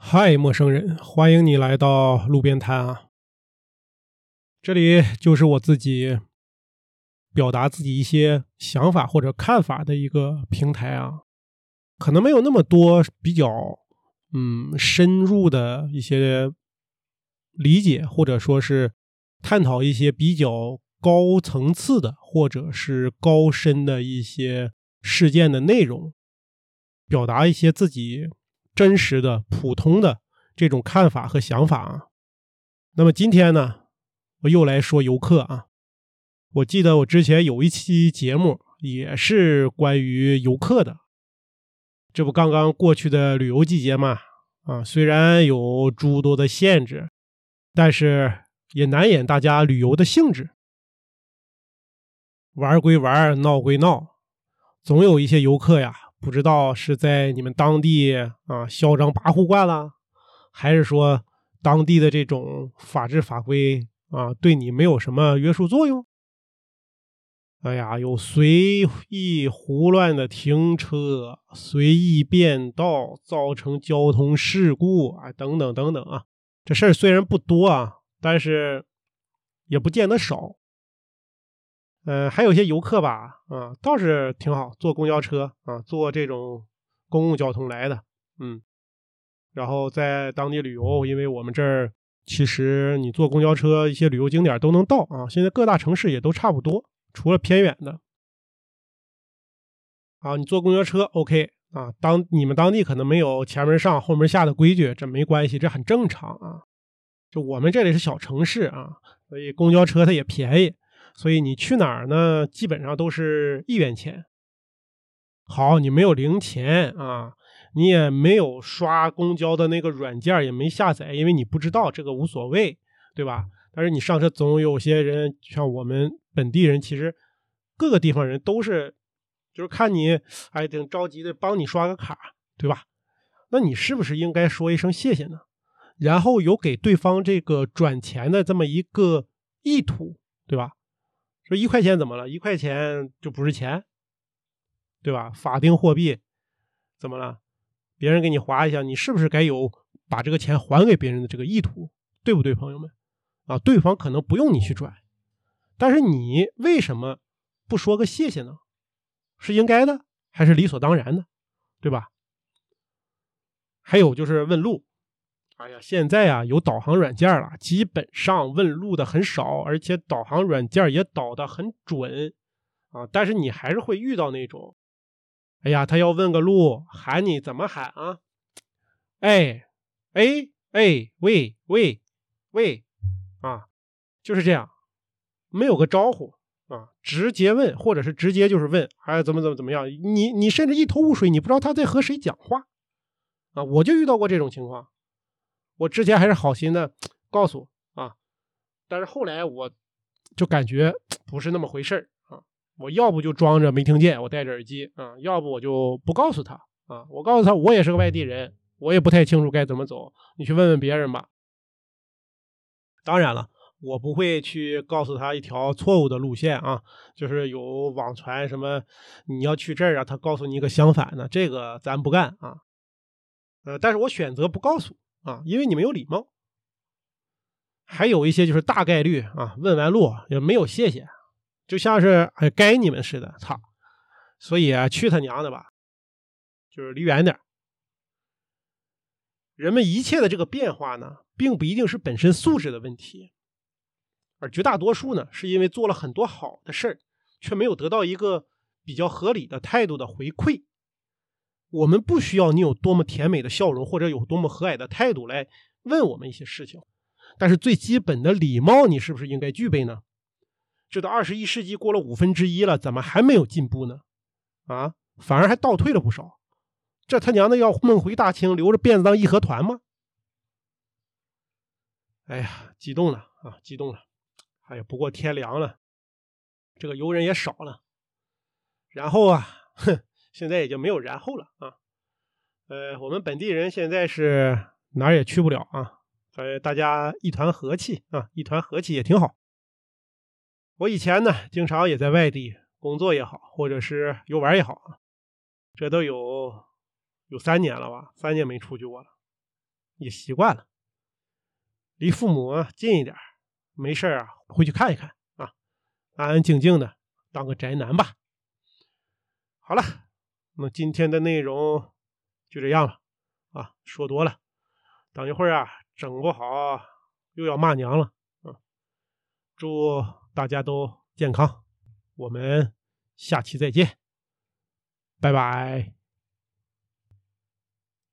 嗨，陌生人，欢迎你来到路边摊啊！这里就是我自己表达自己一些想法或者看法的一个平台啊，可能没有那么多比较深入的一些理解，或者说是探讨一些比较高层次的或者是高深的一些事件的内容，表达一些自己真实的普通的这种看法和想法啊。那么今天呢，我又来说游客啊。我记得我之前有一期节目也是关于游客的，这不刚刚过去的旅游季节嘛，虽然有诸多的限制，但是也难掩大家旅游的兴致。玩归玩，闹归闹，总有一些游客呀，不知道是在你们当地嚣张跋扈惯了，还是说当地的这种法制法规对你没有什么约束作用。哎呀，有随意胡乱的停车，随意变道，造成交通事故等等等等啊。这事儿虽然不多啊，但是也不见得少。还有些游客吧，倒是挺好，坐公交车坐这种公共交通来的，然后在当地旅游，因为我们这儿其实你坐公交车，一些旅游景点都能到啊，现在各大城市也都差不多，除了偏远的。你坐公交车 OK 你们当地可能没有前门上后门下的规矩，这没关系，这很正常啊。就我们这里是小城市啊，所以公交车它也便宜，所以你去哪儿呢，基本上都是1元钱。好，你没有零钱你也没有刷公交的那个软件，也没下载，因为你不知道，这个无所谓，对吧？但是你上车总有些人，像我们本地人，其实各个地方人都是，就是看你挺着急的帮你刷个卡，对吧？那你是不是应该说一声谢谢呢？然后有给对方这个转钱的这么一个意图，对吧？说1块钱怎么了？1块钱就不是钱，对吧？法定货币怎么了？别人给你划一下，你是不是该有把这个钱还给别人的这个意图，对不对，朋友们？对方可能不用你去转，但是你为什么不说个谢谢呢？是应该的，还是理所当然的，对吧？还有就是问路，现在有导航软件了，基本上问路的很少，而且导航软件也导得很准但是你还是会遇到那种，他要问个路，喊你怎么喊啊？喂喂喂就是这样，没有个招呼直接问，或者是直接就是问，怎么样？你甚至一头雾水，你不知道他在和谁讲话我就遇到过这种情况。我之前还是好心的告诉但是后来我就感觉不是那么回事我要不就装着没听见，我戴着耳机要不我就不告诉他我告诉他我也是个外地人，我也不太清楚该怎么走，你去问问别人吧。当然了，我不会去告诉他一条错误的路线就是有网传什么你要去这儿他告诉你一个相反的，这个咱不干但是我选择不告诉因为你没有礼貌。还有一些就是大概率问完路也没有谢谢，就像是该你们似的，操！所以去他娘的吧，就是离远点。人们一切的这个变化呢，并不一定是本身素质的问题，而绝大多数呢，是因为做了很多好的事儿，却没有得到一个比较合理的态度的回馈。我们不需要你有多么甜美的笑容，或者有多么和蔼的态度来问我们一些事情，但是最基本的礼貌，你是不是应该具备呢？这都21世纪过了1/5了，怎么还没有进步呢？反而还倒退了不少。这他娘的要梦回大清，留着辫子当义和团吗？哎呀，激动了激动了！不过天凉了，这个游人也少了。然后现在也就没有然后了我们本地人现在是哪儿也去不了大家一团和气一团和气也挺好。我以前呢，经常也在外地工作也好，或者是游玩也好这都有3年了吧，3年没出去过了。 也习惯了，离父母近一点，没事回去看一看啊，安安静静的当个宅男吧。好了，那今天的内容就这样了啊，说多了，等一会儿整不好又要骂娘了啊。祝大家都健康，我们下期再见，拜拜。